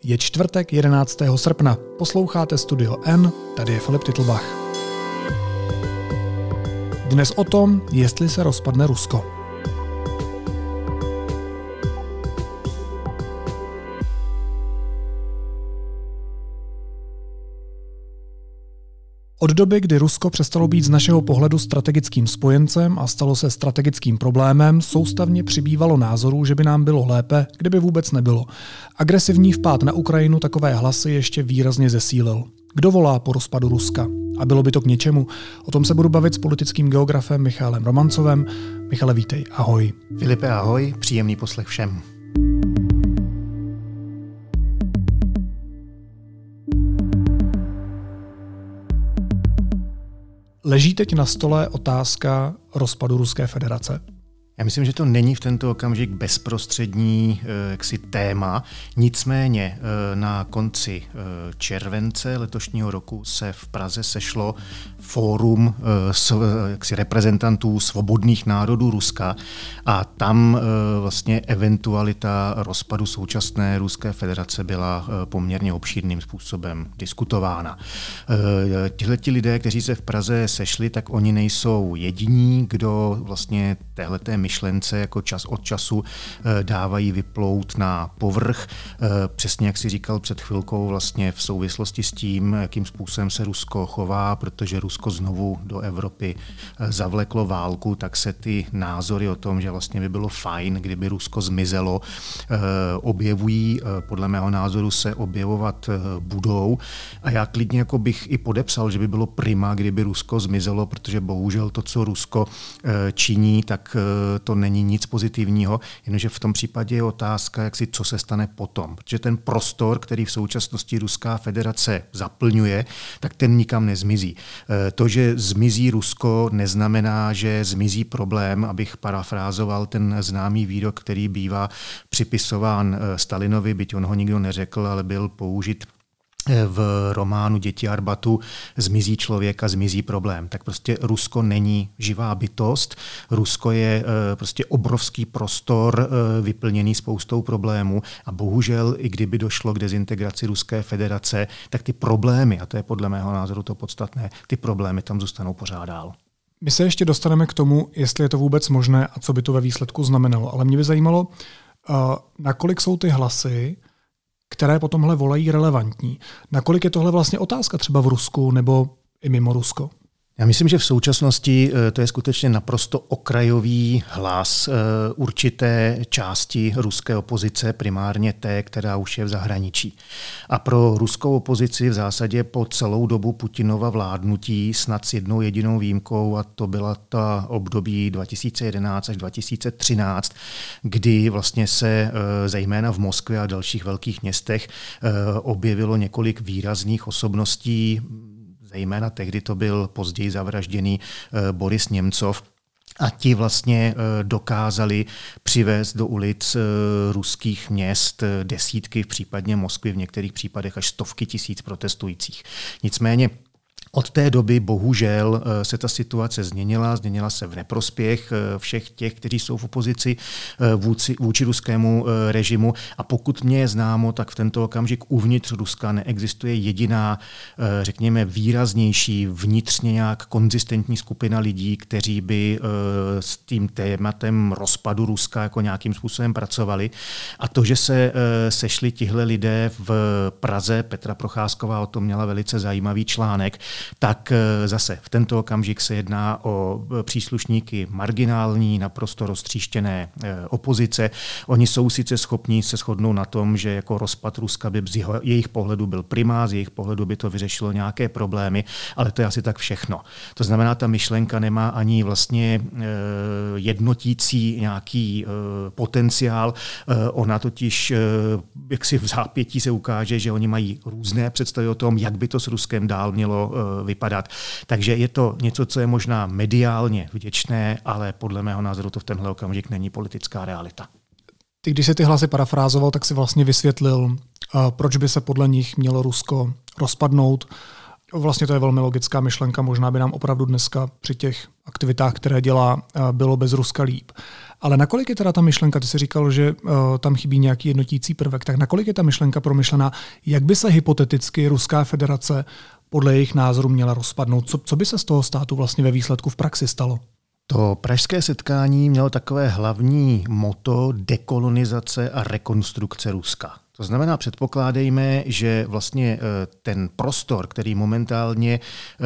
Je čtvrtek 11. srpna. Posloucháte Studio N, tady je Filip Titlbach. Dnes o tom, jestli se rozpadne Rusko. Od doby, kdy Rusko přestalo být z našeho pohledu strategickým spojencem a stalo se strategickým problémem, soustavně přibývalo názorů, že by nám bylo lépe, kdyby vůbec nebylo. Agresivní vpád na Ukrajinu takové hlasy ještě výrazně zesílil. Kdo volá po rozpadu Ruska? A bylo by to k něčemu? O tom se budu bavit s politickým geografem Michalem Romancovem. Michale, vítej, ahoj. Filipe, ahoj, příjemný poslech všem. Leží teď na stole otázka rozpadu Ruské federace? Já myslím, že to není v tento okamžik bezprostřední téma. Nicméně na konci července letošního roku se v Praze sešlo fórum reprezentantů svobodných národů Ruska a tam vlastně eventualita rozpadu současné Ruské federace byla poměrně obšírným způsobem diskutována. Tihleti lidé, kteří se v Praze sešli, tak oni nejsou jediní, kdo vlastně téhleté myšlence jako čas od času dávají vyplout na povrch. Přesně jak si říkal před chvilkou vlastně v souvislosti s tím, jakým způsobem se Rusko chová, protože Rusko znovu do Evropy zavleklo válku, tak se ty názory o tom, že vlastně by bylo fajn, kdyby Rusko zmizelo, objevují. Podle mého názoru se objevovat budou. A já klidně jako bych i podepsal, že by bylo prima, kdyby Rusko zmizelo, protože bohužel to, co Rusko činí, tak to není nic pozitivního, jenomže v tom případě je otázka, co se stane potom. Protože ten prostor, který v současnosti Ruská federace zaplňuje, tak ten nikam nezmizí. To, že zmizí Rusko, neznamená, že zmizí problém, abych parafrázoval ten známý výrok, který bývá připisován Stalinovi, byť on ho nikdo neřekl, ale byl použit v románu Děti Arbatu, zmizí člověk a zmizí problém. Tak prostě Rusko není živá bytost. Rusko je prostě obrovský prostor vyplněný spoustou problémů a bohužel, i kdyby došlo k dezintegraci Ruské federace, tak ty problémy, a to je podle mého názoru to podstatné, ty problémy tam zůstanou pořád dál. My se ještě dostaneme k tomu, jestli je to vůbec možné a co by to ve výsledku znamenalo. Ale mě by zajímalo, nakolik jsou ty hlasy, které po tomhle volají, relevantní. Nakolik je tohle vlastně otázka třeba v Rusku nebo i mimo Rusko? Já myslím, že v současnosti to je skutečně naprosto okrajový hlas určité části ruské opozice, primárně té, která už je v zahraničí. A pro ruskou opozici v zásadě po celou dobu Putinova vládnutí snad s jednou jedinou výjimkou, a to byla ta období 2011 až 2013, kdy vlastně se zejména v Moskvě a dalších velkých městech objevilo několik výrazných osobností. Zejména tehdy to byl později zavražděný Boris Němcov. A ti vlastně dokázali přivést do ulic ruských měst desítky, případně Moskvy, v některých případech až stovky tisíc protestujících. Nicméně od té doby bohužel se ta situace změnila se v neprospěch všech těch, kteří jsou v opozici vůči ruskému režimu. A pokud mě je známo, tak v tento okamžik uvnitř Ruska neexistuje jediná, řekněme, výraznější, vnitřně nějak konzistentní skupina lidí, kteří by s tím tématem rozpadu Ruska jako nějakým způsobem pracovali. A to, že se sešli tihle lidé v Praze, Petra Procházková o tom měla velice zajímavý článek, tak zase v tento okamžik se jedná o příslušníky marginální, naprosto roztříštěné opozice. Oni jsou sice schopní se shodnout na tom, že jako rozpad Ruska by z jejich pohledu byl primá, z jejich pohledu by to vyřešilo nějaké problémy, ale to je asi tak všechno. To znamená, ta myšlenka nemá ani vlastně jednotící nějaký potenciál. Ona totiž, jak si v zápětí se ukáže, že oni mají různé představy o tom, jak by to s Ruskem dál mělo vypadat. Takže je to něco, co je možná mediálně vděčné, ale podle mého názoru to v tenhle okamžik není politická realita. Ty, když se ty hlasy parafrázoval, tak si vlastně vysvětlil, proč by se podle nich mělo Rusko rozpadnout. Vlastně to je velmi logická myšlenka, možná by nám opravdu dneska při těch aktivitách, které dělá, bylo bez Ruska líp. Ale nakolik je teda ta myšlenka, ty jsi říkal, že tam chybí nějaký jednotící prvek, tak nakolik je ta myšlenka promyšlená, jak by se hypoteticky Ruská federace podle jejich názoru měla rozpadnout? Co by se z toho státu vlastně ve výsledku v praxi stalo? To pražské setkání mělo takové hlavní motto dekolonizace a rekonstrukce Ruska. To znamená, předpokládejme, že vlastně ten prostor, který momentálně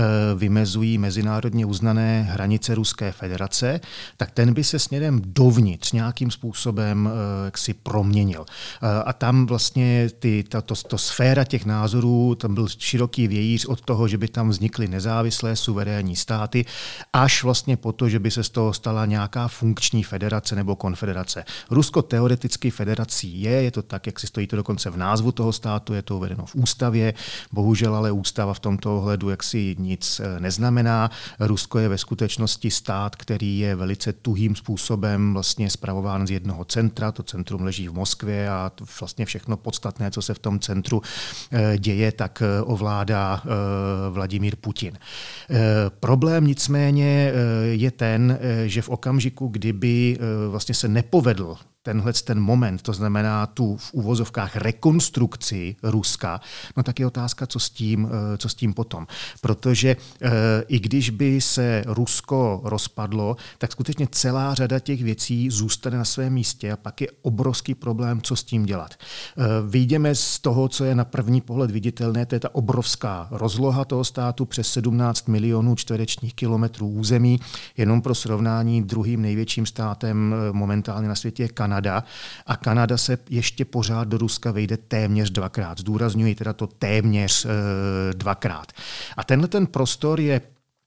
vymezují mezinárodně uznané hranice Ruské federace, tak ten by se směrem dovnitř nějakým způsobem jaksi proměnil. A tam vlastně to sféra těch názorů, tam byl široký vějíř od toho, že by tam vznikly nezávislé suverénní státy, až vlastně po to, že by se z toho stala nějaká funkční federace nebo konfederace. Rusko teoreticky federací je to tak, jak si stojí to dokonce v názvu toho státu, je to uvedeno v ústavě. Bohužel ale ústava v tomto ohledu jaksi nic neznamená. Rusko je ve skutečnosti stát, který je velice tuhým způsobem vlastně spravován z jednoho centra. To centrum leží v Moskvě a vlastně všechno podstatné, co se v tom centru děje, tak ovládá Vladimír Putin. Problém nicméně je ten, že v okamžiku, kdyby vlastně se nepovedl ten moment, to znamená tu v uvozovkách rekonstrukci Ruska, no tak je otázka, co s tím potom. Protože i když by se Rusko rozpadlo, tak skutečně celá řada těch věcí zůstane na svém místě a pak je obrovský problém, co s tím dělat. Vyjdeme z toho, co je na první pohled viditelné, to je ta obrovská rozloha toho státu, přes 17 milionů čtverečních kilometrů území. Jenom pro srovnání druhým největším státem momentálně na světě je Kanada. A Kanada se ještě pořád do Ruska vejde téměř dvakrát. Zdůrazňuji teda to téměř dvakrát. A tenhle ten prostor je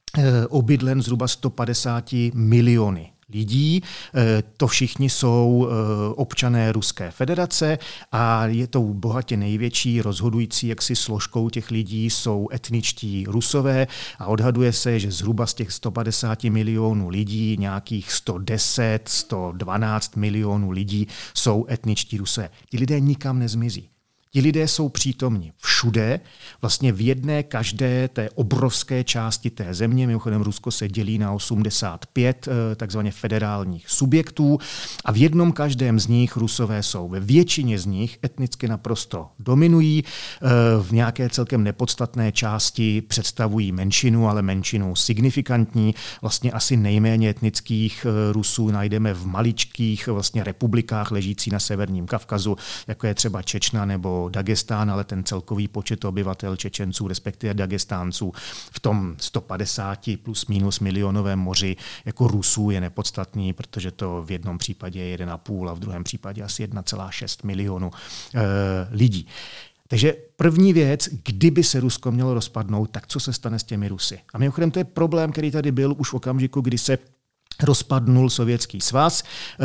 obydlen zhruba 150 miliony lidí. To všichni jsou občané Ruské federace a je to bohatě největší rozhodující jaksi složkou těch lidí jsou etničtí Rusové a odhaduje se, že zhruba z těch 150 milionů lidí nějakých 110, 112 milionů lidí jsou etničtí Rusové. Ti lidé nikam nezmizí. Ti lidé jsou přítomni všude, vlastně v jedné každé té obrovské části té země. Mimochodem Rusko se dělí na 85 takzvaně federálních subjektů a v jednom každém z nich Rusové jsou. Ve většině z nich etnicky naprosto dominují, v nějaké celkem nepodstatné části představují menšinu, ale menšinu signifikantní. Vlastně asi nejméně etnických Rusů najdeme v maličkých vlastně republikách ležící na severním Kavkazu, jako je třeba Čečna nebo Dagestán, ale ten celkový počet obyvatel Čečenců, respektive Dagestánců v tom 150 plus minus milionovém moři jako Rusů je nepodstatný, protože to v jednom případě je 1,5 a v druhém případě asi 1,6 milionu lidí. Takže první věc, kdyby se Rusko mělo rozpadnout, tak co se stane s těmi Rusy? A mimochodem to je problém, který tady byl už v okamžiku, kdy se rozpadnul Sovětský svaz,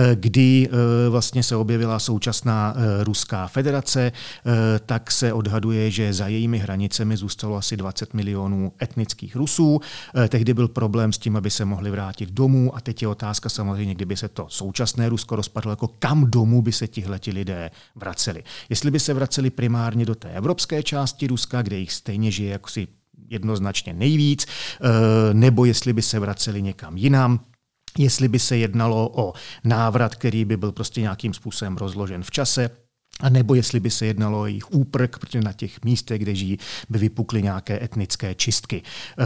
kdy vlastně se objevila současná Ruská federace, tak se odhaduje, že za jejími hranicemi zůstalo asi 20 milionů etnických Rusů. Tehdy byl problém s tím, aby se mohli vrátit domů a teď je otázka samozřejmě, kdyby se to současné Rusko rozpadlo, jako kam domů by se tihleti lidé vraceli. Jestli by se vraceli primárně do té evropské části Ruska, kde jich stejně žije jakosi jednoznačně nejvíc, nebo jestli by se vraceli někam jinam, jestli by se jednalo o návrat, který by byl prostě nějakým způsobem rozložen v čase, a nebo jestli by se jednalo o jejich úprk, protože na těch místech, kde žijí, by vypukly nějaké etnické čistky.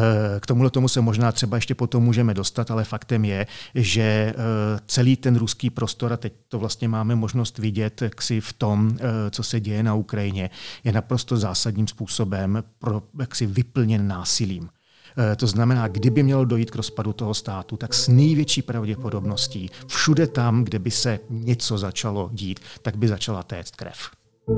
K tomu se možná třeba ještě potom můžeme dostat, ale faktem je, že celý ten ruský prostor, a teď to vlastně máme možnost vidět jaksi v tom, co se děje na Ukrajině, je naprosto zásadním způsobem jaksi vyplněn násilím. To znamená, kdyby mělo dojít k rozpadu toho státu, tak s největší pravděpodobností všude tam, kde by se něco začalo dít, tak by začala téct krev.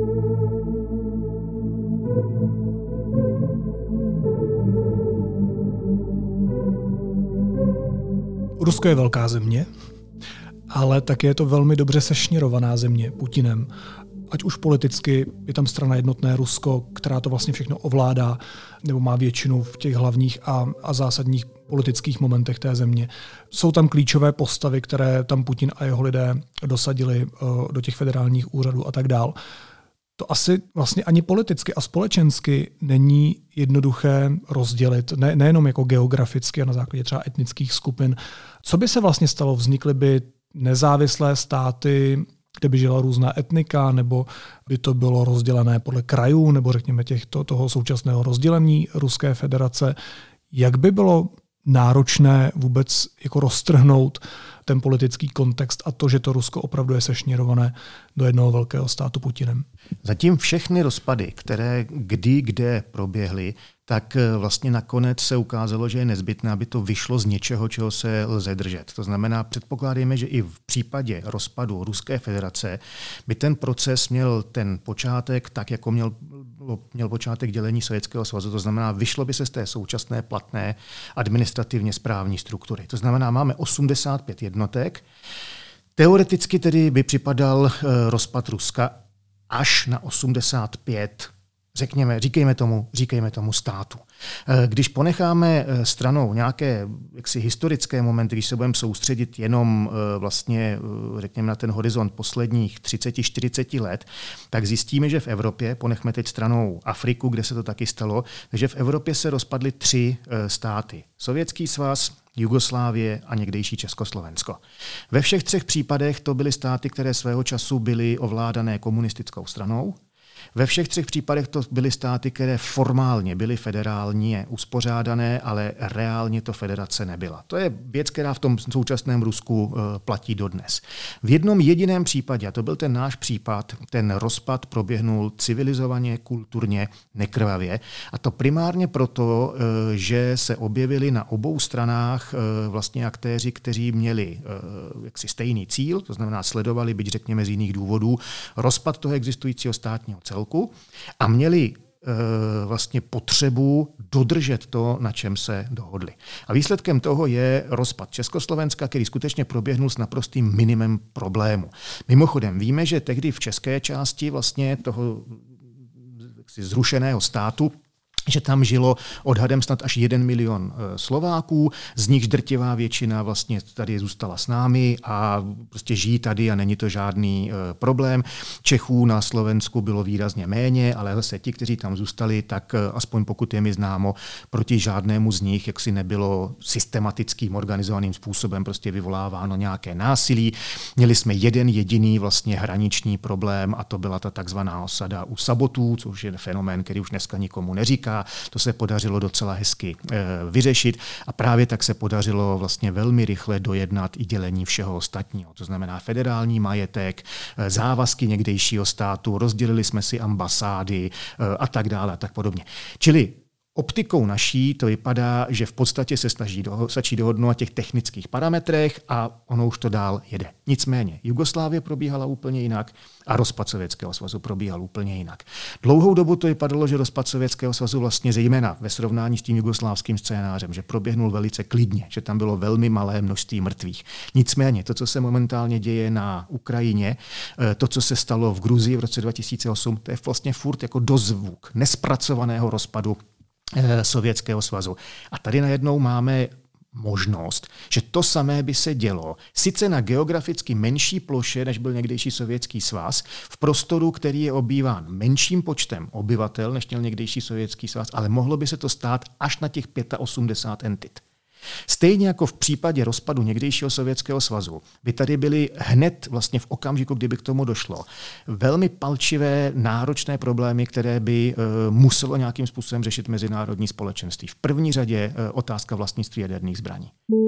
Rusko je velká země, ale také je to velmi dobře sešněrovaná země Putinem. Ať už politicky je tam strana Jednotné Rusko, která to vlastně všechno ovládá, nebo má většinu v těch hlavních a zásadních politických momentech té země. Jsou tam klíčové postavy, které tam Putin a jeho lidé dosadili do těch federálních úřadů a tak dál. to asi vlastně ani politicky a společensky není jednoduché rozdělit, nejenom jako geograficky a na základě třeba etnických skupin. Co by se vlastně stalo? Vznikly by nezávislé státy, kde by žila různá etnika, nebo by to bylo rozdělené podle krajů, nebo řekněme toho současného rozdělení Ruské federace. Jak by bylo náročné vůbec jako roztrhnout ten politický kontext a to, že to Rusko opravdu je sešněrované do jednoho velkého státu Putinem? Zatím všechny rozpady, které kde proběhly, tak vlastně nakonec se ukázalo, že je nezbytné, aby to vyšlo z něčeho, čeho se lze držet. To znamená, předpokládáme, že i v případě rozpadu Ruské federace by ten proces měl ten počátek, tak jako měl počátek dělení Sovětského svazu. To znamená, vyšlo by se z té současné platné administrativně správní struktury. To znamená, máme 85 jednotek. Teoreticky tedy by připadal rozpad Ruska až na 85, říkejme tomu státu. Když ponecháme stranou nějaké historické momenty, když se budeme soustředit jenom vlastně, řekněme, na ten horizont posledních 30-40 let, tak zjistíme, že v Evropě, ponechme teď stranou Afriku, kde se to taky stalo, že v Evropě se rozpadly 3 státy. Sovětský svaz, Jugoslávie a někdejší Československo. Ve všech 3 případech to byly státy, které svého času byly ovládané komunistickou stranou. Ve všech 3 případech to byly státy, které formálně byly federálně uspořádané, ale reálně to federace nebyla. To je věc, která v tom současném Rusku platí dodnes. V jednom jediném případě, a to byl ten náš případ, ten rozpad proběhnul civilizovaně, kulturně, nekrvavě. A to primárně proto, že se objevili na obou stranách vlastně aktéři, kteří měli stejný cíl, to znamená sledovali, byť řekněme z jiných důvodů, rozpad toho existujícího státního celku a měli vlastně potřebu dodržet to, na čem se dohodli. A výsledkem toho je rozpad Československa, který skutečně proběhnul s naprostým minimem problému. Mimochodem, víme, že tehdy v české části vlastně toho zrušeného státu, že tam žilo odhadem snad až 1 milion Slováků, z nichž drtivá většina vlastně tady zůstala s námi a prostě žijí tady a není to žádný problém. Čechů na Slovensku bylo výrazně méně, ale zase ti, kteří tam zůstali, tak aspoň pokud je mi známo, proti žádnému z nich jaksi nebylo systematickým organizovaným způsobem prostě vyvoláváno nějaké násilí. Měli jsme jeden jediný vlastně hraniční problém a to byla ta takzvaná osada u Sabotů, což je fenomén, který už dneska nikomu neříká. To se podařilo docela hezky vyřešit a právě tak se podařilo vlastně velmi rychle dojednat i dělení všeho ostatního. To znamená federální majetek, závazky někdejšího státu, rozdělili jsme si ambasády a tak dále a tak podobně. Čili optikou naší to vypadá, že v podstatě se stačí dohodnout na těch technických parametrech a ono už to dál jede. Nicméně Jugoslávie probíhala úplně jinak a rozpad Sovětského svazu probíhal úplně jinak. Dlouhou dobu to vypadalo, že rozpad Sovětského svazu vlastně zejména ve srovnání s tím jugoslávským scénářem, že proběhnul velice klidně, že tam bylo velmi malé množství mrtvých. Nicméně to, co se momentálně děje na Ukrajině, to, co se stalo v Gruzii v roce 2008, to je vlastně furt jako dozvuk nespracovaného rozpadu Sovětského svazu. A tady najednou máme možnost, že to samé by se dělo, sice na geograficky menší ploše, než byl někdejší Sovětský svaz, v prostoru, který je obýván menším počtem obyvatel, než měl někdejší Sovětský svaz, ale mohlo by se to stát až na těch 85 entit. Stejně jako v případě rozpadu někdejšího Sovětského svazu by tady byly hned vlastně v okamžiku, kdyby k tomu došlo, velmi palčivé, náročné problémy, které by muselo nějakým způsobem řešit mezinárodní společenství. V první řadě otázka vlastnictví jaderných zbraní.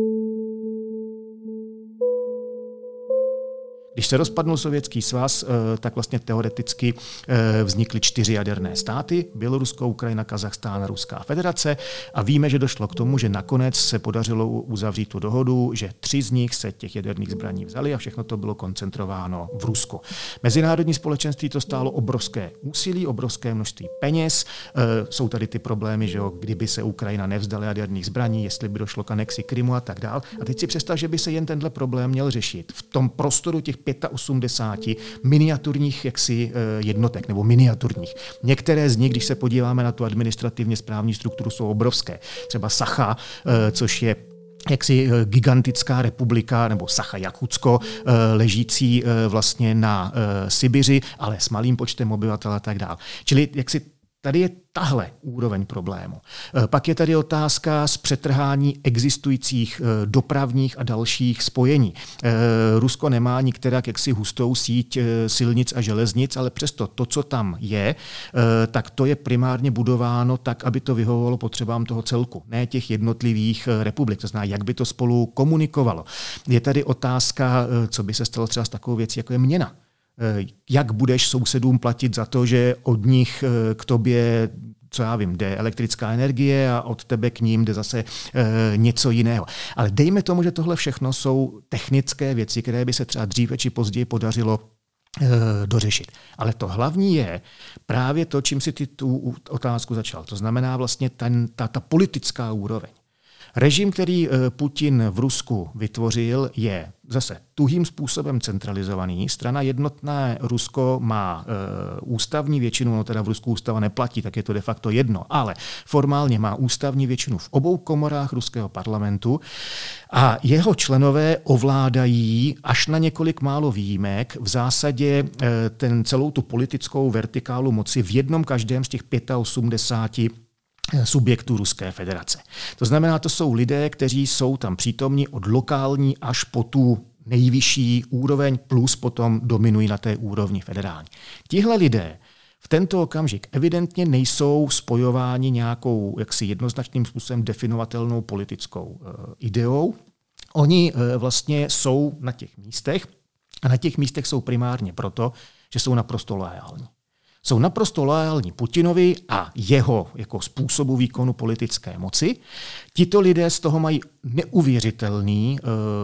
Když se rozpadnul Sovětský svaz, tak vlastně teoreticky vznikly 4 jaderné státy, Bělorusko, Ukrajina, Kazachstán a Ruská federace a víme, že došlo k tomu, že nakonec se podařilo uzavřít tu dohodu, že 3 z nich se těch jaderných zbraní vzali a všechno to bylo koncentrováno v Rusku. Mezinárodní společenství to stálo obrovské úsilí, obrovské množství peněz. Jsou tady ty problémy, že kdyby se Ukrajina nevzdala jaderných zbraní, jestli by došlo k anexi Krymu a tak dál. A teď si představ, že by se jen tenhle problém měl řešit v tom prostoru těch 85 miniaturních jednotek nebo miniaturních. Některé z nich, když se podíváme na tu administrativně správní strukturu, jsou obrovské. Třeba Sacha, což je jaksi gigantická republika nebo Sacha-Jakutsko ležící vlastně na Sibiři, ale s malým počtem obyvatel a tak dále. Čili jaksi tady je tahle úroveň problému. Pak je tady otázka zpřetrhání existujících dopravních a dalších spojení. Rusko nemá nikterak jaksi hustou síť silnic a železnic, ale přesto to, co tam je, tak to je primárně budováno tak, aby to vyhovovalo potřebám toho celku, ne těch jednotlivých republik. To znamená, jak by to spolu komunikovalo. Je tady otázka, co by se stalo třeba s takovou věcí, jako je měna. Jak budeš sousedům platit za to, že od nich k tobě, co já vím, jde elektrická energie a od tebe k ním jde zase něco jiného. Ale dejme tomu, že tohle všechno jsou technické věci, které by se třeba dříve či později podařilo dořešit. Ale to hlavní je právě to, čím si ty tu otázku začal. To znamená vlastně ta politická úroveň. Režim, který Putin v Rusku vytvořil, je zase tuhým způsobem centralizovaný. Strana Jednotné Rusko má ústavní většinu, no teda v Rusku ústava neplatí, tak je to de facto jedno, ale formálně má ústavní většinu v obou komorách ruského parlamentu a jeho členové ovládají až na několik málo výjimek v zásadě celou tu politickou vertikálu moci v jednom každém z těch 85 subjektů Ruské federace. To znamená, to jsou lidé, kteří jsou tam přítomní od lokální až po tu nejvyšší úroveň, plus potom dominují na té úrovni federální. Tihle lidé v tento okamžik evidentně nejsou spojováni nějakou jaksi jednoznačným způsobem definovatelnou politickou ideou. Oni vlastně jsou na těch místech a na těch místech jsou primárně proto, že jsou naprosto loajální. Jsou naprosto loajální Putinovi a jeho jako způsobu výkonu politické moci. Tito lidé z toho mají neuvěřitelný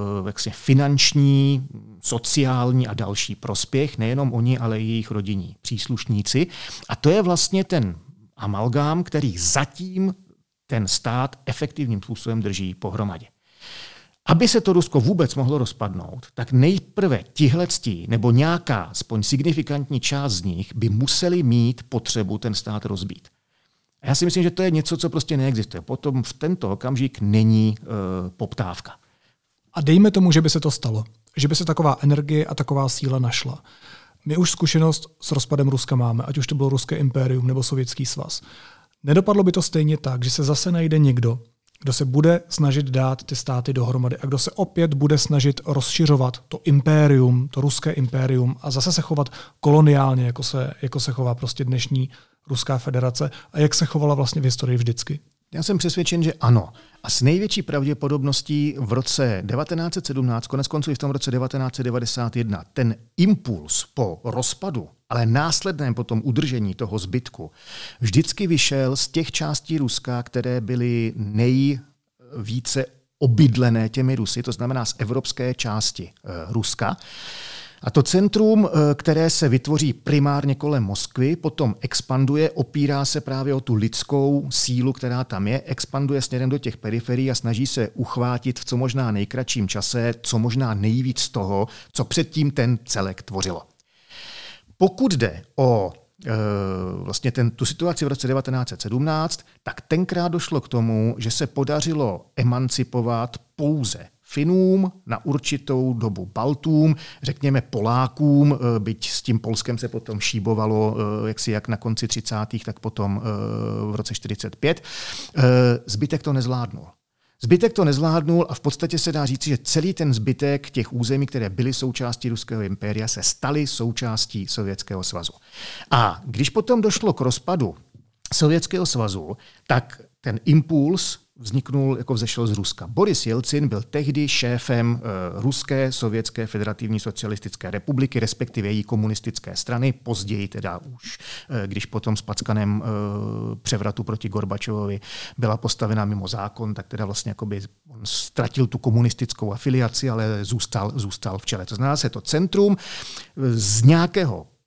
finanční, sociální a další prospěch, nejenom oni, ale i jejich rodinní příslušníci. A to je vlastně ten amalgám, který zatím ten stát efektivním způsobem drží pohromadě. Aby se to Rusko vůbec mohlo rozpadnout, tak nejprve tihlectí nebo nějaká aspoň signifikantní část z nich by museli mít potřebu ten stát rozbít. A já si myslím, že to je něco, co prostě neexistuje. Potom v tento okamžik není poptávka. A dejme tomu, že by se to stalo. Že by se taková energie a taková síla našla. My už zkušenost s rozpadem Ruska máme, ať už to bylo Ruské impérium nebo Sovětský svaz. Nedopadlo by to stejně tak, že se zase najde někdo, kdo se bude snažit dát ty státy dohromady a kdo se opět bude snažit rozšiřovat to impérium, to ruské impérium a zase se chovat koloniálně, jako se chová prostě dnešní Ruská federace a jak se chovala vlastně v historii vždycky? Já jsem přesvědčen, že ano. A s největší pravděpodobností v roce 1917, koneckonců i v tom roce 1991, ten impuls po rozpadu, ale následném potom udržení toho zbytku, vždycky vyšel z těch částí Ruska, které byly nejvíce obydlené těmi Rusy, to znamená z evropské části Ruska. A to centrum, které se vytvoří primárně kolem Moskvy, potom expanduje, opírá se právě o tu lidskou sílu, která tam je, expanduje směrem do těch periferií a snaží se uchvátit v co možná nejkratším čase, co možná nejvíc z toho, co předtím ten celek tvořilo. Pokud jde o vlastně tu situaci v roce 1917, tak tenkrát došlo k tomu, že se podařilo emancipovat pouze Finům, na určitou dobu Baltům, řekněme Polákům, byť s tím Polskem se potom šíbovalo jak na konci 30. tak potom v roce 45. Zbytek to nezvládnul a v podstatě se dá říci, že celý ten zbytek těch území, které byly součástí Ruského impéria, se staly součástí Sovětského svazu. A když potom došlo k rozpadu Sovětského svazu, tak ten impuls vzešel z Ruska. Boris Jelcin byl tehdy šéfem Ruské sovětské federativní socialistické republiky, respektive její komunistické strany, později teda už, když potom s packanem převratu proti Gorbačovovi byla postavena mimo zákon, tak teda vlastně jakoby on ztratil tu komunistickou afiliaci, ale zůstal v čele. To znamená se to centrum z nějaké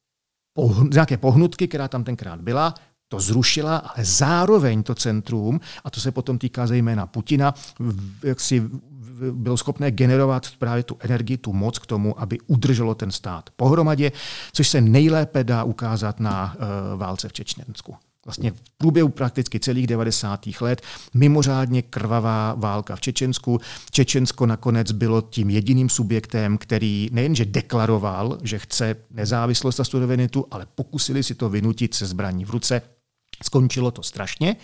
pohnutky, která tam tenkrát byla, to zrušila, ale zároveň to centrum, a to se potom týká zejména Putina, jak si bylo schopné generovat právě tu energii, tu moc k tomu, aby udrželo ten stát pohromadě, což se nejlépe dá ukázat na válce v Čečensku. Vlastně v průběhu prakticky celých 90. let mimořádně krvavá válka v Čečensku. Čečensko nakonec bylo tím jediným subjektem, který nejenže deklaroval, že chce nezávislost a suverenitu, ale pokusili si to vynutit se zbraní v ruce. Skončilo to strašně.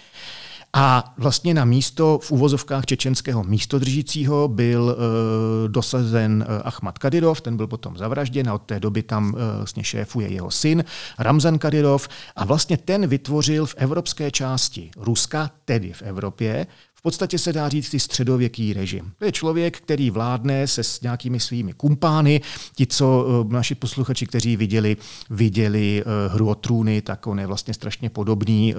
A vlastně na místo v uvozovkách čečenského místodržícího byl dosazen Ahmad Kadyrov, ten byl potom zavražděn a od té doby tam vlastně šéfuje jeho syn Ramzan Kadyrov a vlastně ten vytvořil v evropské části Ruska, tedy v Evropě, v podstatě se dá říct i středověký režim. To je člověk, který vládne se s nějakými svými kumpány. Ti, co naši posluchači, kteří viděli Hru o trůny, tak on je vlastně strašně podobný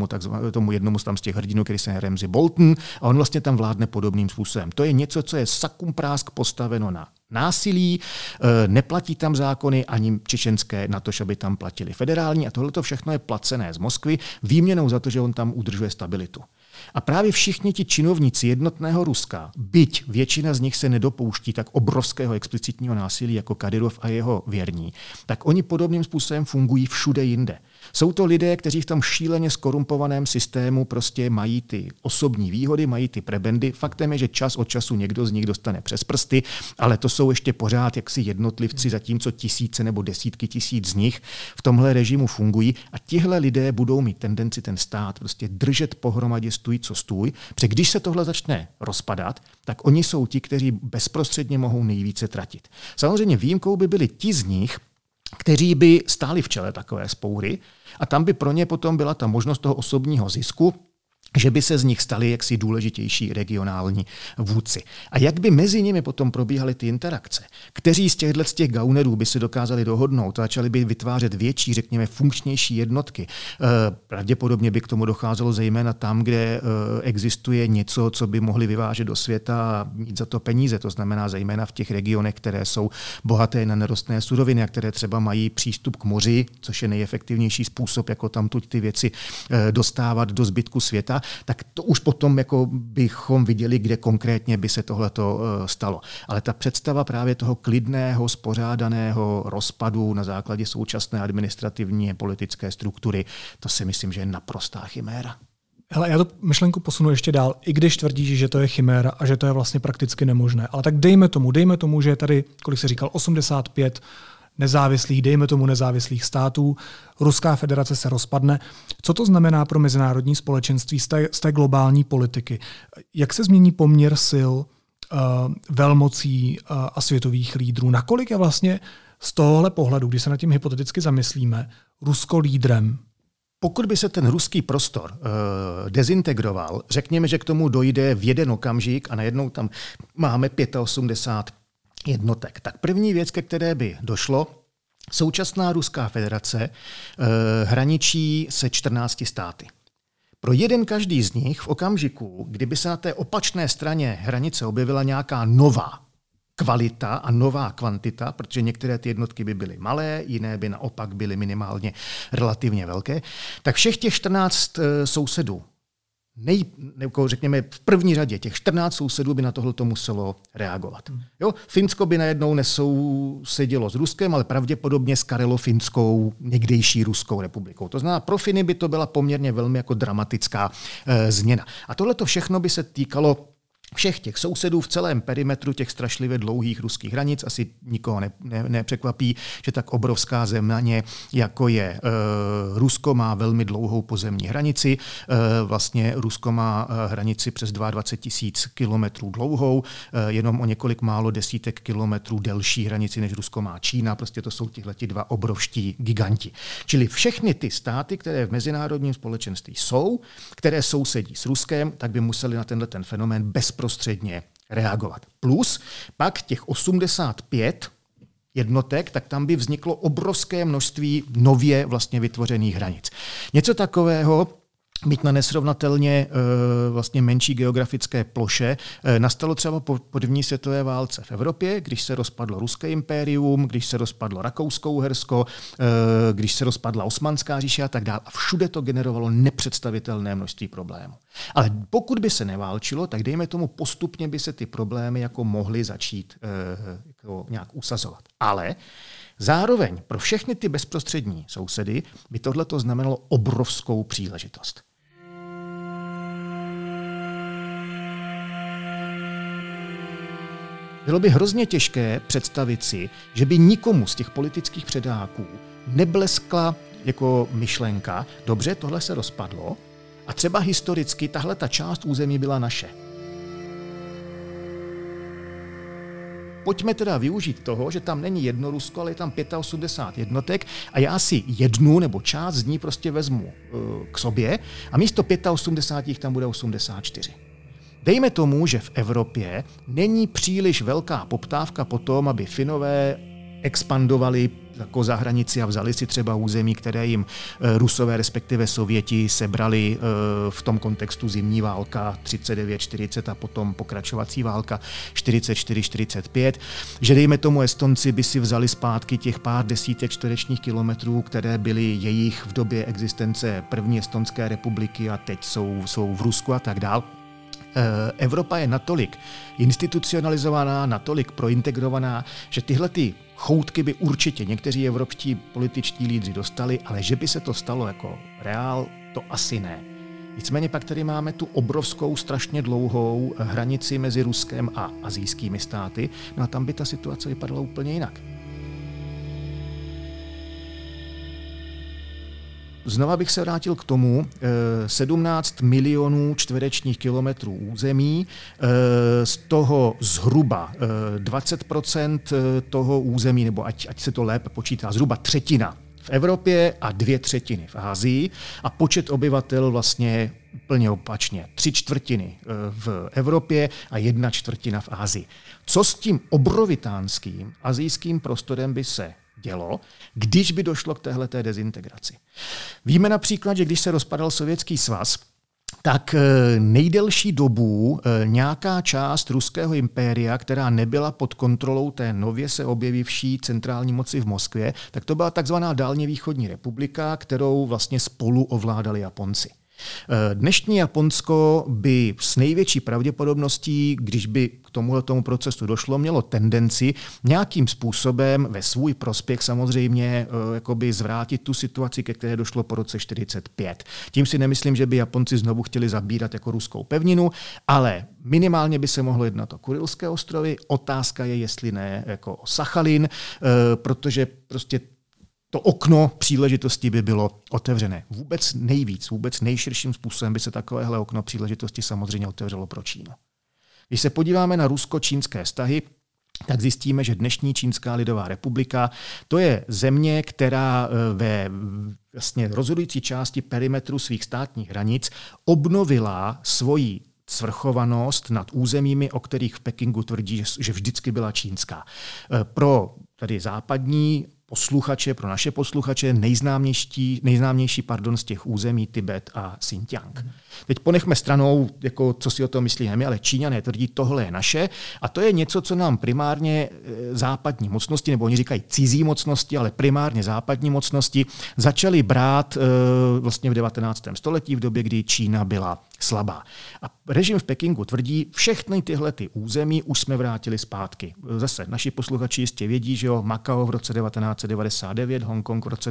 tomu jednomu z těch hrdinů, který se jmenuje Ramsay Bolton. A on vlastně tam vládne podobným způsobem. To je něco, co je sakumprásk postaveno na násilí, neplatí tam zákony ani čečenské na to, aby tam platili federální a tohleto všechno je placené z Moskvy výměnou za to, že on tam udržuje stabilitu. A právě všichni ti činovníci jednotného Ruska, byť většina z nich se nedopouští tak obrovského explicitního násilí jako Kadyrov a jeho věrní, tak oni podobným způsobem fungují všude jinde. Jsou to lidé, kteří v tom šíleně skorumpovaném systému prostě mají ty osobní výhody, mají ty prebendy. Faktem je, že čas od času někdo z nich dostane přes prsty, ale to jsou ještě pořád jaksi jednotlivci, zatímco tisíce nebo desítky tisíc z nich v tomhle režimu fungují a tihle lidé budou mít tendenci ten stát prostě držet pohromadě stůj co stůj, protože když se tohle začne rozpadat, tak oni jsou ti, kteří bezprostředně mohou nejvíce tratit. Samozřejmě výjimkou by byli ti z nich, kteří by stáli v čele takové vzpoury a tam by pro ně potom byla ta možnost toho osobního zisku, že by se z nich stali jaksi důležitější regionální vůdci. A jak by mezi nimi potom probíhaly ty interakce? Kteří z těch gaunerů by se dokázali dohodnout, začali by vytvářet větší, řekněme, funkčnější jednotky? Pravděpodobně by k tomu docházelo zejména tam, kde existuje něco, co by mohli vyvážet do světa a mít za to peníze. To znamená zejména v těch regionech, které jsou bohaté na nerostné suroviny a které třeba mají přístup k moři, což je nejefektivnější způsob, jako tamtud ty věci dostávat do zbytku světa. Tak to už potom jako bychom viděli, kde konkrétně by se tohleto stalo. Ale ta představa právě toho klidného, spořádaného rozpadu na základě současné administrativní a politické struktury, to si myslím, že je naprostá chiméra. Hele, já tu myšlenku posunu ještě dál, i když tvrdíš, že to je chiméra a že to je vlastně prakticky nemožné. Ale tak dejme tomu, že je tady, kolik se říkal, 85 nezávislých, dejme tomu nezávislých států, Ruská federace se rozpadne. Co to znamená pro mezinárodní společenství z té globální politiky? Jak se změní poměr sil, velmocí a světových lídrů? Nakolik je vlastně z tohohle pohledu, když se nad tím hypoteticky zamyslíme, Rusko lídrem? Pokud by se ten ruský prostor dezintegroval, řekněme, že k tomu dojde v jeden okamžik a najednou tam máme 85 jednotek. Tak první věc, ke které by došlo, současná Ruská federace hraničí se 14 státy. Pro jeden každý z nich v okamžiku, kdyby se na té opačné straně hranice objevila nějaká nová kvalita a nová kvantita, protože některé ty jednotky by byly malé, jiné by naopak byly minimálně relativně velké, tak všech těch 14 sousedů, řekněme v první řadě těch 14 sousedů by na tohleto muselo reagovat. Jo? Finsko by najednou nesousedilo s Ruskem, ale pravděpodobně s Karelo-Finskou, někdejší Ruskou republikou. To znamená, pro Finy by to byla poměrně velmi jako dramatická změna. A tohleto všechno by se týkalo všech těch sousedů v celém perimetru těch strašlivě dlouhých ruských hranic. Asi nikoho nepřekvapí, že tak obrovská země, jako je Rusko, má velmi dlouhou pozemní hranici. Vlastně Rusko má hranici přes 22 000 kilometrů dlouhou, jenom o několik málo desítek kilometrů delší hranici, než Rusko má Čína. Prostě to jsou tihleti dva obrovští giganti. Čili všechny ty státy, které v mezinárodním společenství jsou, které sousedí s Ruskem, tak by museli na tenhle ten fenomén bezprostředně reagovat. Plus pak těch 85 jednotek, tak tam by vzniklo obrovské množství nově vlastně vytvořených hranic. Něco takového být na nesrovnatelně vlastně menší geografické ploše. Nastalo třeba po první světové válce v Evropě, když se rozpadlo Ruské impérium, když se rozpadlo Rakousko-Uhersko, když se rozpadla Osmanská říše a tak dále. A všude to generovalo nepředstavitelné množství problémů. Ale pokud by se neválčilo, tak dejme tomu postupně by se ty problémy jako mohly začít jako nějak usazovat. Ale zároveň pro všechny ty bezprostřední sousedy by tohleto znamenalo obrovskou příležitost. Bylo by hrozně těžké představit si, že by nikomu z těch politických předáků nebleskla jako myšlenka, dobře, tohle se rozpadlo a třeba historicky tahle ta část území byla naše. Pojďme teda využít toho, že tam není jedno Rusko, ale je tam 85 jednotek a já si jednu nebo část z ní prostě vezmu k sobě a místo 85 jich tam bude 84. Dejme tomu, že v Evropě není příliš velká poptávka po tom, aby Finové expandovali jako za hranici a vzali si třeba území, které jim Rusové, respektive Sověti sebrali v tom kontextu zimní válka 39-40 a potom pokračovací válka 44-45, že dejme tomu Estonci by si vzali zpátky těch pár desítek čtverečních kilometrů, které byly jejich v době existence první Estonské republiky a teď jsou v Rusku a tak dál. Evropa je natolik institucionalizovaná, natolik prointegrovaná, že tyhle ty choutky by určitě někteří evropští političtí lídři dostali, ale že by se to stalo jako reál, to asi ne. Nicméně pak tady máme tu obrovskou, strašně dlouhou hranici mezi Ruskem a asijskými státy, no a tam by ta situace vypadala úplně jinak. Znova bych se vrátil k tomu, 17 milionů čtverečních kilometrů území, z toho zhruba 20% toho území, nebo ať se to lépe počítá, zhruba třetina v Evropě a 2/3 v Asii a počet obyvatel vlastně úplně opačně. 3/4 v Evropě a 1/4 v Asii. Co s tím obrovitánským asijským prostorem by se dělo, když by došlo k téhleté dezintegraci? Víme například, že když se rozpadal Sovětský svaz, tak nejdelší dobu nějaká část ruského impéria, která nebyla pod kontrolou té nově se objevivší centrální moci v Moskvě, tak to byla takzvaná Dálně východní republika, kterou vlastně spolu ovládali Japonci. Dnešní Japonsko by s největší pravděpodobností, když by k tomuto procesu došlo, mělo tendenci nějakým způsobem ve svůj prospěch samozřejmě jakoby zvrátit tu situaci, ke které došlo po roce 1945. Tím si nemyslím, že by Japonci znovu chtěli zabírat jako ruskou pevninu, ale minimálně by se mohlo jednat o Kurilské ostrovy. Otázka je, jestli ne jako o Sachalin, protože prostě to okno příležitosti by bylo otevřené. Vůbec nejširším způsobem by se takovéhle okno příležitosti samozřejmě otevřelo pro Čínu. Když se podíváme na rusko-čínské vztahy, tak zjistíme, že dnešní Čínská lidová republika to je země, která ve vlastně rozhodující části perimetru svých státních hranic obnovila svoji svrchovanost nad územími, o kterých v Pekingu tvrdí, že vždycky byla čínská. Pro tady západní posluchače, pro naše posluchače nejznámější z těch území Tibet a Xinjiang. Teď ponechme stranou, jako, co si o tom myslíme my, ale Číňané tvrdí, tohle je naše a to je něco, co nám primárně západní mocnosti, nebo oni říkají cizí mocnosti, ale primárně západní mocnosti, začaly brát vlastně v 19. století, v době, kdy Čína byla slabá. A režim v Pekingu tvrdí, všechny tyhle ty území už jsme vrátili zpátky. Zase naši posluchači jistě vědí, že jo, Makao v roce 1999, Hongkong v roce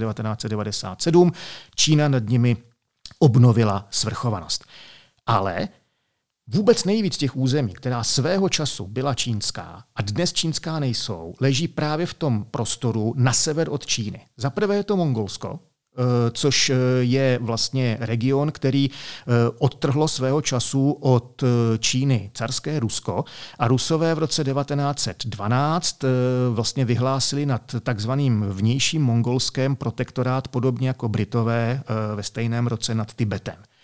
1997, Čína nad nimi obnovila svrchovanost. Ale vůbec nejvíc těch území, která svého času byla čínská a dnes čínská nejsou, leží právě v tom prostoru na sever od Číny. Za prvé je to Mongolsko, což je vlastně region, který odtrhlo svého času od Číny carské Rusko a Rusové v roce 1912 vlastně vyhlásili nad takzvaným vnějším Mongolskem protektorát podobně jako Britové ve stejném roce nad Tibetem.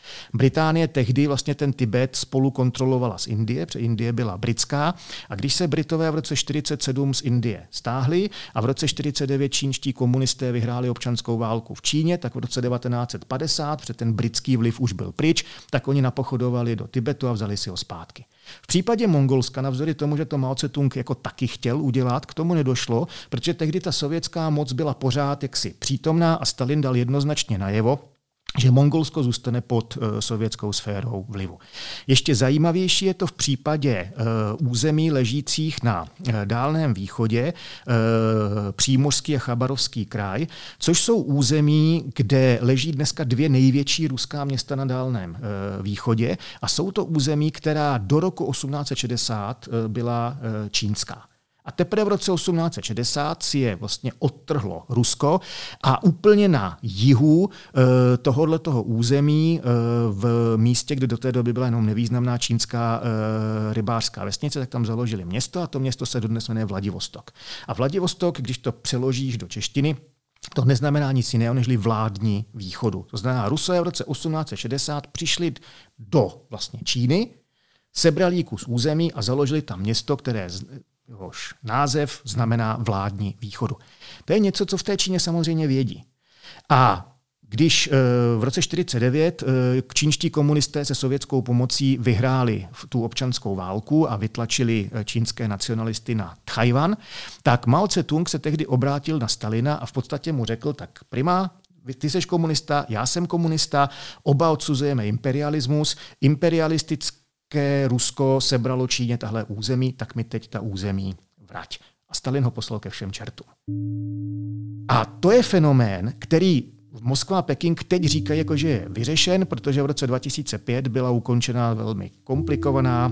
Británie tehdy vlastně ten Tibet spolu kontrolovala z Indie, protože Indie byla britská, a když se Britové v roce 1947 z Indie stáhli a v roce 1949 čínští komunisté vyhráli občanskou válku v Číně, tak v roce 1950, protože ten britský vliv už byl pryč, tak oni napochodovali do Tibetu a vzali si ho zpátky. V případě Mongolska, navzdory tomu, že to Mao Tse-tung jako taky chtěl udělat, k tomu nedošlo, protože tehdy ta sovětská moc byla pořád jaksi přítomná a Stalin dal jednoznačně najevo, že Mongolsko zůstane pod sovětskou sférou vlivu. Ještě zajímavější je to v případě území ležících na Dálném východě, Přímořský a Chabarovský kraj, což jsou území, kde leží dneska 2 největší ruská města na Dálném východě a jsou to území, která do roku 1860 byla čínská. A teprve v roce 1860 si je vlastně odtrhlo Rusko a úplně na jihu tohoto území v místě, kde do té doby byla jenom nevýznamná čínská rybářská vesnice, tak tam založili město a to město se dodnes jmenuje Vladivostok. A Vladivostok, když to přeložíš do češtiny, to neznamená nic jiného, nežli vládní východu. To znamená, Rusové v roce 1860 přišli do vlastně Číny, sebrali kus území a založili tam město, které jehož název znamená vládní východu. To je něco, co v té Číně samozřejmě vědí. A když v roce 1949 čínští komunisté se sovětskou pomocí vyhráli tu občanskou válku a vytlačili čínské nacionalisty na Tchaj-wan, tak Mao Tse-tung se tehdy obrátil na Stalina a v podstatě mu řekl, tak prima, ty jsi komunista, já jsem komunista, oba odsuzujeme imperialismus, imperialistický Rusko sebralo Číně tahle území, tak mi teď ta území vrať. A Stalin ho poslal ke všem čertům. A to je fenomén, který Moskva a Peking teď říkají, jako, že je vyřešen, protože v roce 2005 byla ukončena velmi komplikovaná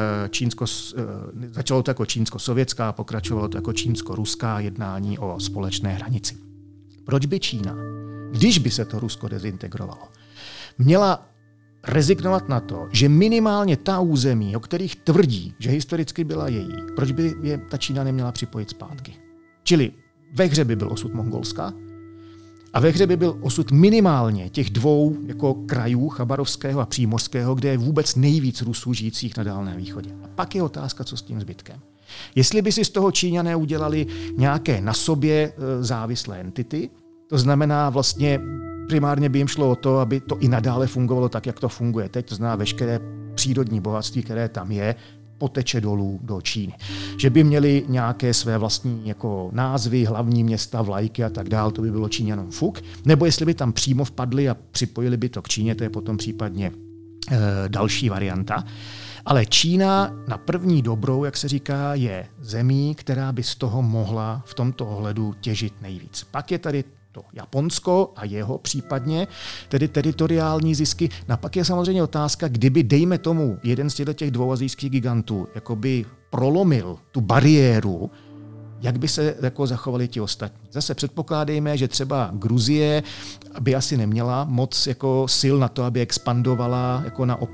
začalo to jako čínsko-sovětská, pokračovalo to jako čínsko-ruská jednání o společné hranici. Proč by Čína, když by se to Rusko dezintegrovalo, měla rezignovat na to, že minimálně ta území, o kterých tvrdí, že historicky byla její, proč by je ta Čína neměla připojit zpátky? Čili ve hře by byl osud Mongolska a ve hře by byl osud minimálně těch 2 jako krajů, Chabarovského a Přímořského, kde je vůbec nejvíc Rusů žijících na Dálném východě. A pak je otázka, co s tím zbytkem. Jestli by si z toho Číňané udělali nějaké na sobě závislé entity, to znamená vlastně primárně by jim šlo o to, aby to i nadále fungovalo tak, jak to funguje teď. To znamená veškeré přírodní bohatství, které tam je, poteče dolů do Číny. Že by měli nějaké své vlastní jako názvy, hlavní města, vlajky a tak dál, to by bylo Číňanům fuk. Nebo jestli by tam přímo vpadli a připojili by to k Číně, to je potom případně další varianta. Ale Čína na první dobrou, jak se říká, je zemí, která by z toho mohla v tomto ohledu těžit nejvíc. Pak je tady to Japonsko a jeho případně, tedy teritoriální zisky. A pak je samozřejmě otázka, kdyby, dejme tomu, jeden z těch 2 asijských gigantů jakoby prolomil tu bariéru, jak by se jako zachovali ti ostatní. Zase předpokládejme, že třeba Gruzie by asi neměla moc jako sil na to, aby expandovala jako na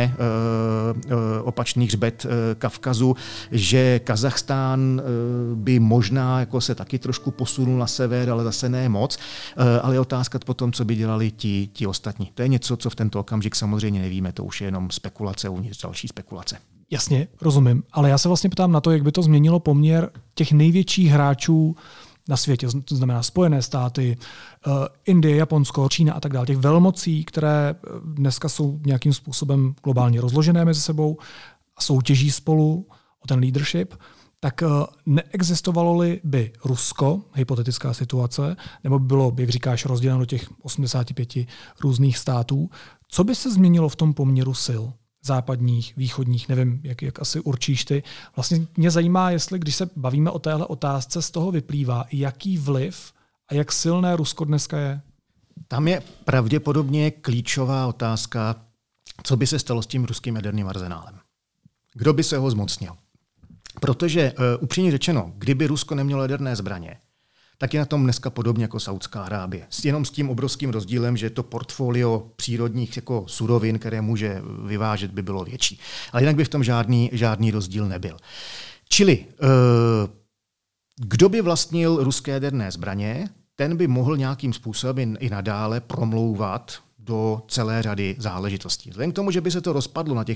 opačný hřbet Kavkazu, že Kazachstán by možná jako se taky trošku posunul na sever, ale zase ne moc. Ale je otázka potom, co by dělali ti ostatní. To je něco, co v tento okamžik samozřejmě nevíme, to už je jenom spekulace uvnitř další spekulace. Jasně, rozumím, ale já se vlastně ptám na to, jak by to změnilo poměr těch největších hráčů na světě, to znamená Spojené státy, Indie, Japonsko, Čína a tak dále, těch velmocí, které dneska jsou nějakým způsobem globálně rozložené mezi sebou a soutěží spolu o ten leadership, tak neexistovalo-li by Rusko, hypotetická situace, nebo by bylo, jak říkáš, rozděleno do těch 85 různých států, co by se změnilo v tom poměru sil? Západních, východních, nevím, jak asi určíš ty. Vlastně mě zajímá, jestli když se bavíme o téhle otázce, z toho vyplývá, jaký vliv a jak silné Rusko dneska je. Tam je pravděpodobně klíčová otázka, co by se stalo s tím ruským jaderným arzenálem. Kdo by se ho zmocnil? Protože upřímně řečeno, kdyby Rusko nemělo jaderné zbraně, tak je na tom dneska podobně jako Saudská Arábie. Jenom s tím obrovským rozdílem, že to portfolio přírodních jako surovin, které může vyvážet, by bylo větší. Ale jinak by v tom žádný rozdíl nebyl. Čili kdo by vlastnil ruské jaderné zbraně, ten by mohl nějakým způsobem i nadále promlouvat do celé řady záležitostí. Vzhledem k tomu, že by se to rozpadlo na těch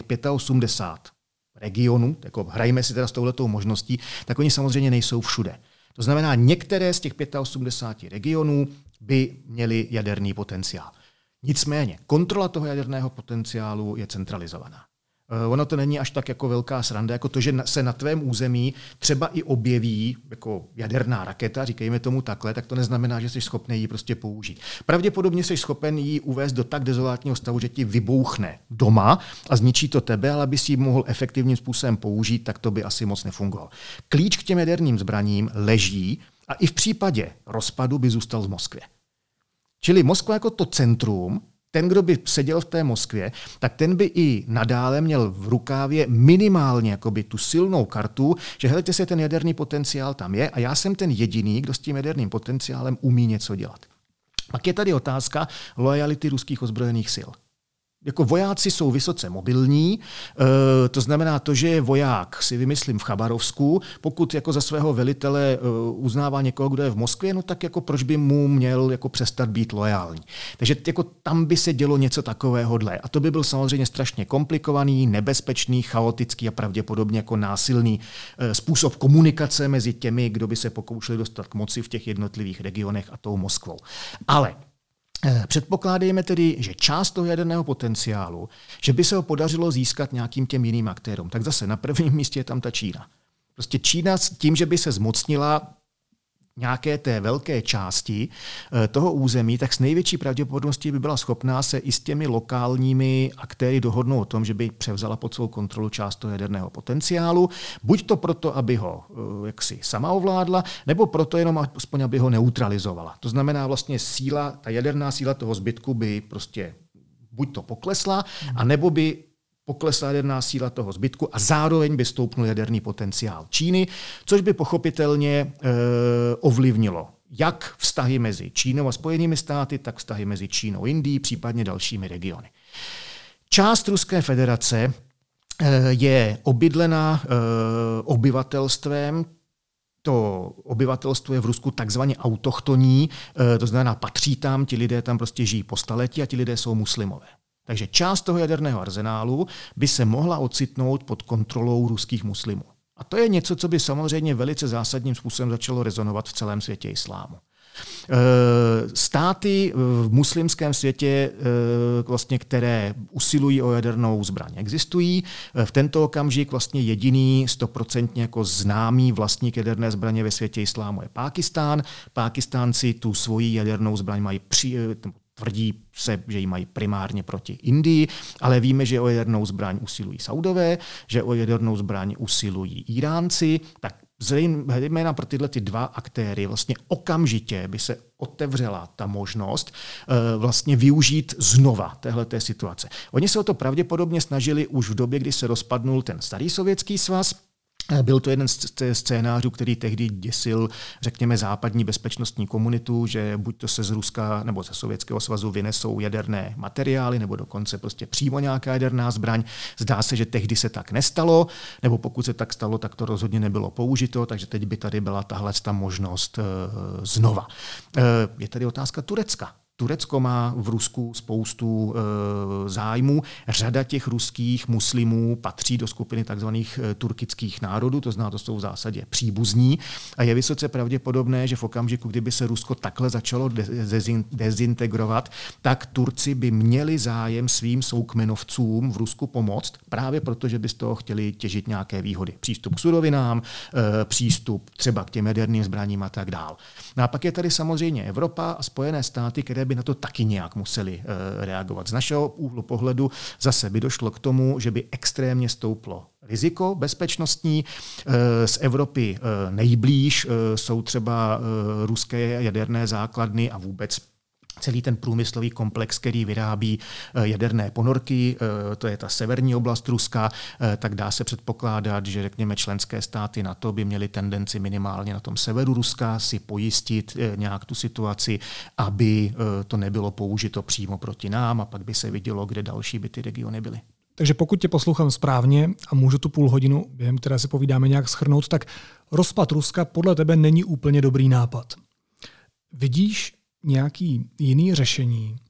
85 regionů, jako hrajme si teda s touhletou možností, tak oni samozřejmě nejsou všude. To znamená, některé z těch 85 regionů by měly jaderný potenciál. Nicméně, kontrola toho jaderného potenciálu je centralizovaná. Ono to není až tak jako velká sranda, jako to, že se na tvém území třeba i objeví jako jaderná raketa, říkejme tomu takhle, tak to neznamená, že jsi schopný ji prostě použít. Pravděpodobně jsi schopen ji uvést do tak dezolátního stavu, že ti vybouchne doma a zničí to tebe, ale aby si ji mohl efektivním způsobem použít, tak to by asi moc nefungovalo. Klíč k těm jaderným zbraním leží a i v případě rozpadu by zůstal v Moskvě. Čili Moskva jako to centrum, ten, kdo by seděl v té Moskvě, tak ten by i nadále měl v rukávě minimálně jakoby tu silnou kartu, že helejte se, ten jaderný potenciál tam je a já jsem ten jediný, kdo s tím jaderným potenciálem umí něco dělat. Pak je tady otázka loajality ruských ozbrojených sil. Jako vojáci jsou vysoce mobilní, to znamená to, že je voják, si vymyslím v Chabarovsku, pokud jako za svého velitele uznává někoho, kdo je v Moskvě, no tak jako proč by mu měl jako přestat být loajální. Takže jako tam by se dělo něco takovéhodle. A to by byl samozřejmě strašně komplikovaný, nebezpečný, chaotický a pravděpodobně jako násilný způsob komunikace mezi těmi, kdo by se pokoušeli dostat k moci v těch jednotlivých regionech a tou Moskvou. Ale předpokládejme tedy, že část toho jaderného potenciálu, že by se ho podařilo získat nějakým těm jiným aktérům. Tak zase na prvním místě je tam ta Čína. Prostě Čína s tím, že by se zmocnila nějaké té velké části toho území, tak s největší pravděpodobností by byla schopná se i s těmi lokálními aktéry dohodnout o tom, že by převzala pod svou kontrolu část toho jaderného potenciálu, buď to proto, aby ho jaksi sama ovládla, nebo proto jenom aspoň, aby ho neutralizovala. To znamená vlastně ta jaderná síla toho zbytku by prostě buď to poklesla, anebo by poklesla jaderná síla toho zbytku a zároveň by stoupnul jaderný potenciál Číny, což by pochopitelně ovlivnilo jak vztahy mezi Čínou a Spojenými státy, tak vztahy mezi Čínou a Indií, případně dalšími regiony. Část Ruské federace je obydlena obyvatelstvem. To obyvatelstvo je v Rusku takzvaně autochtonní, to znamená patří tam, ti lidé tam prostě žijí po staletí a ti lidé jsou muslimové. Takže část toho jaderného arzenálu by se mohla ocitnout pod kontrolou ruských muslimů. A to je něco, co by samozřejmě velice zásadním způsobem začalo rezonovat v celém světě islámu. Státy v muslimském světě, vlastně, které usilují o jadernou zbraň, existují. V tento okamžik vlastně jediný 100% jako známý vlastník jaderné zbraně ve světě islámu je Pákistán. Pákistánci tu svoji jadernou zbraň mají tvrdí se, že ji mají primárně proti Indii, ale víme, že o jadernou zbraň usilují Saudové, že o jadernou zbraň usilují Iránci, tak zejména pro tyhle ty dva aktéry vlastně okamžitě by se otevřela ta možnost vlastně využít znova téhleté situace. Oni se o to pravděpodobně snažili už v době, kdy se rozpadnul ten starý Sovětský svaz. Byl to jeden z scénářů, který tehdy děsil, řekněme, západní bezpečnostní komunitu, že buď to se z Ruska nebo ze Sovětského svazu vynesou jaderné materiály, nebo dokonce prostě přímo nějaká jaderná zbraň. Zdá se, že tehdy se tak nestalo, nebo pokud se tak stalo, tak to rozhodně nebylo použito, takže teď by tady byla tahle možnost znova. Je tady otázka Turecka. Turecko má v Rusku spoustu zájmů. Řada těch ruských muslimů patří do skupiny takzvaných turkických národů, to znamená, to jsou v zásadě příbuzní. A je vysoce pravděpodobné, že v okamžiku, kdyby se Rusko takhle začalo dezintegrovat, tak Turci by měli zájem svým soukmenovcům v Rusku pomoct, právě proto, že by z toho chtěli těžit nějaké výhody. Přístup k surovinám, přístup třeba k těm jaderným zbraním a tak dál. No a pak je tady samozřejmě Evropa a Spojené státy, které by na to taky nějak museli reagovat. Z našeho úhlu pohledu zase by došlo k tomu, že by extrémně stouplo riziko bezpečnostní. Z Evropy nejblíž jsou třeba ruské jaderné základny a vůbec celý ten průmyslový komplex, který vyrábí jaderné ponorky, to je ta severní oblast Ruska, tak dá se předpokládat, že řekněme členské státy NATO by měly tendenci minimálně na tom severu Ruska si pojistit nějak tu situaci, aby to nebylo použito přímo proti nám a pak by se vidělo, kde další by ty regiony byly. Takže pokud tě poslouchám správně a můžu tu půl hodinu, během které si povídáme, nějak shrnout, tak rozpad Ruska podle tebe není úplně dobrý nápad. Vidíš nějaký jiný řešení,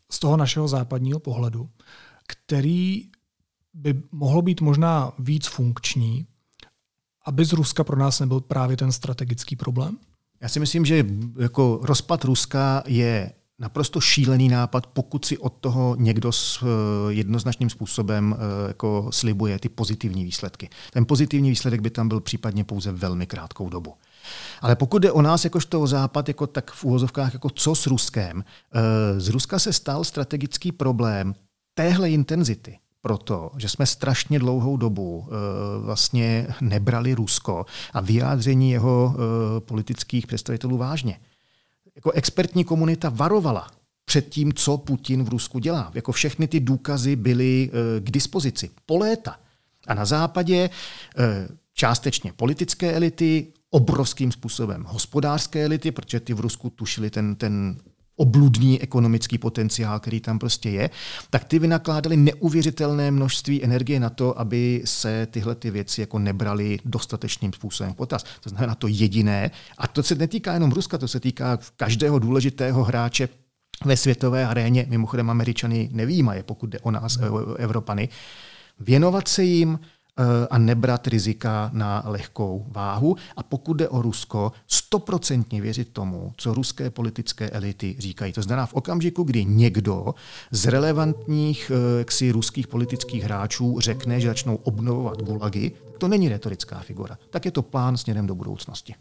z toho našeho západního pohledu, který by mohlo být možná víc funkční, aby z Ruska pro nás nebyl právě ten strategický problém? Já si myslím, že jako rozpad Ruska je naprosto šílený nápad, pokud si od toho někdo s jednoznačným způsobem jako slibuje ty pozitivní výsledky. Ten pozitivní výsledek by tam byl případně pouze velmi krátkou dobu. Ale pokud jde o nás jakožto o Západ, jako tak v úvozovkách, jako co s Ruskem, z Ruska se stal strategický problém téhle intenzity. Proto, že jsme strašně dlouhou dobu vlastně nebrali Rusko a vyjádření jeho politických představitelů vážně. Jako expertní komunita varovala před tím, co Putin v Rusku dělá. Jako všechny ty důkazy byly k dispozici po léta. A na západě částečně politické elity, obrovským způsobem hospodářské elity, protože ty v Rusku tušili ten obludný ekonomický potenciál, který tam prostě je, tak ty vynakládali neuvěřitelné množství energie na to, aby se tyhle ty věci jako nebraly dostatečným způsobem potaz. To znamená to jediné, a to se netýká jenom Ruska, to se týká každého důležitého hráče ve světové aréně, mimochodem Američany nevyjímají, pokud jde o nás, Evropany, věnovat se jim a nebrat rizika na lehkou váhu. A pokud jde o Rusko, 100% věřit tomu, co ruské politické elity říkají. To znamená v okamžiku, kdy někdo z relevantních ruských politických hráčů řekne, že začnou obnovovat gulagy, tak to není retorická figura. Tak je to plán směrem do budoucnosti.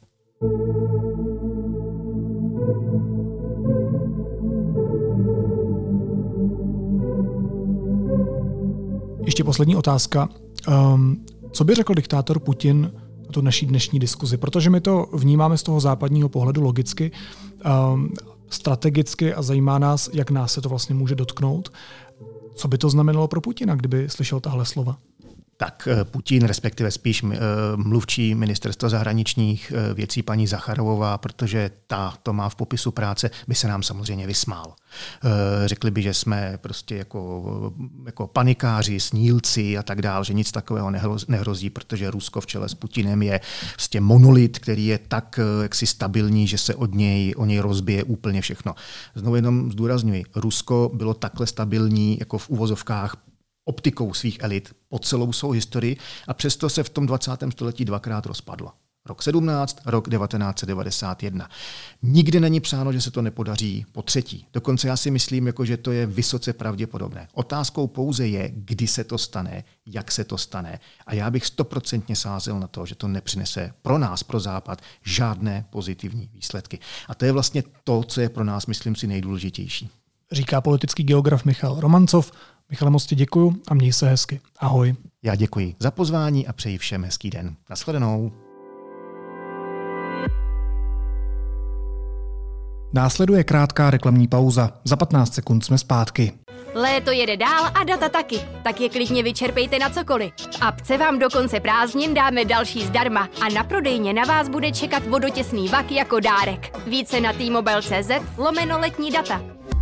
Ještě poslední otázka. Co by řekl diktátor Putin na tu naší dnešní diskuzi? Protože my to vnímáme z toho západního pohledu logicky, strategicky a zajímá nás, jak nás se to vlastně může dotknout. Co by to znamenalo pro Putina, kdyby slyšel tahle slova? Tak Putin, respektive spíš mluvčí ministerstva zahraničních věcí paní Zacharovová, protože ta to má v popisu práce, by se nám samozřejmě vysmál. Řekli by, že jsme prostě jako panikáři, snílci a tak dál, že nic takového nehrozí, protože Rusko v čele s Putinem je prostě monolit, který je tak jaksi stabilní, že se od něj rozbije úplně všechno. Znovu jenom zdůrazňuji, Rusko bylo takhle stabilní jako v uvozovkách optikou svých elit po celou svou historii a přesto se v tom 20. století dvakrát rozpadlo. Rok 17, rok 1991. Nikdy není psáno, že se to nepodaří po třetí. Dokonce já si myslím, že to je vysoce pravděpodobné. Otázkou pouze je, kdy se to stane, jak se to stane. A já bych 100% sázel na to, že to nepřinese pro nás, pro Západ, žádné pozitivní výsledky. A to je vlastně to, co je pro nás, myslím si, nejdůležitější. Říká politický geograf Michal Romancov. Michale, moc ti děkuju a měj se hezky. Ahoj. Já děkuji za pozvání a přeji všem hezký den. Nashledanou. Následuje krátká reklamní pauza. Za 15 sekund jsme zpátky. Léto jede dál a data taky, tak je klidně vyčerpejte na cokoliv. V apce vám do konce prázdnin dáme další zdarma a na prodejně na vás bude čekat vodotěsný vak jako dárek. Více na t-mobile.cz/letní data.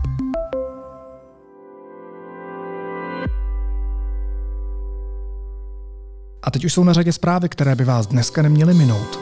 A teď už jsou na řadě zprávy, které by vás dneska neměly minout.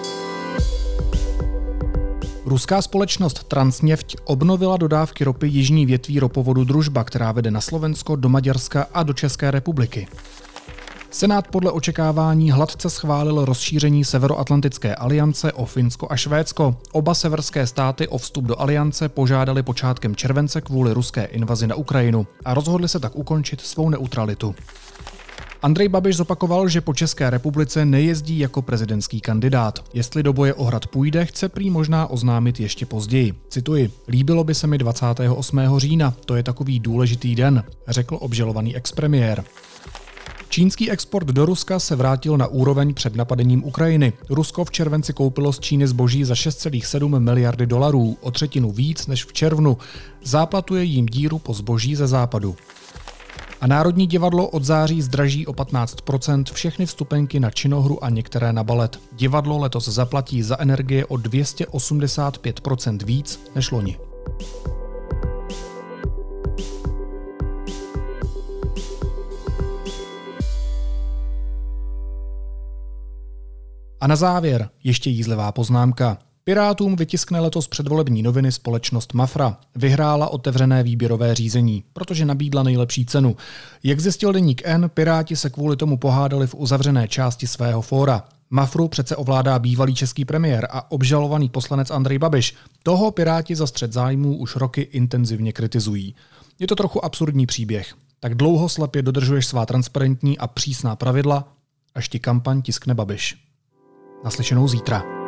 Ruská společnost Transneft obnovila dodávky ropy jižní větví ropovodu Družba, která vede na Slovensko, do Maďarska a do České republiky. Senát podle očekávání hladce schválil rozšíření Severoatlantické aliance o Finsko a Švédsko. Oba severské státy o vstup do aliance požádali počátkem července kvůli ruské invazi na Ukrajinu a rozhodli se tak ukončit svou neutralitu. Andrej Babiš zopakoval, že po České republice nejezdí jako prezidentský kandidát. Jestli do boje o Hrad půjde, chce prý možná oznámit ještě později. Cituji: líbilo by se mi 28. října, to je takový důležitý den, řekl obžalovaný expremiér. Čínský export do Ruska se vrátil na úroveň před napadením Ukrajiny. Rusko v červenci koupilo z Číny zboží za 6,7 miliardy dolarů, o třetinu víc než v červnu. Záplatuje jim díru po zboží ze západu. A Národní divadlo od září zdraží o 15% všechny vstupenky na činohru a některé na balet. Divadlo letos zaplatí za energie o 285% víc než loni. A na závěr ještě jízlivá poznámka. Pirátům vytiskne letos předvolební noviny společnost Mafra. Vyhrála otevřené výběrové řízení, protože nabídla nejlepší cenu. Jak zjistil deník N, Piráti se kvůli tomu pohádali v uzavřené části svého fóra. Mafru přece ovládá bývalý český premiér a obžalovaný poslanec Andrej Babiš. Toho Piráti za střet zájmů už roky intenzivně kritizují. Je to trochu absurdní příběh. Tak dlouho slepě dodržuješ svá transparentní a přísná pravidla, až ti kampaň tiskne Babiš. Naslyšenou zítra.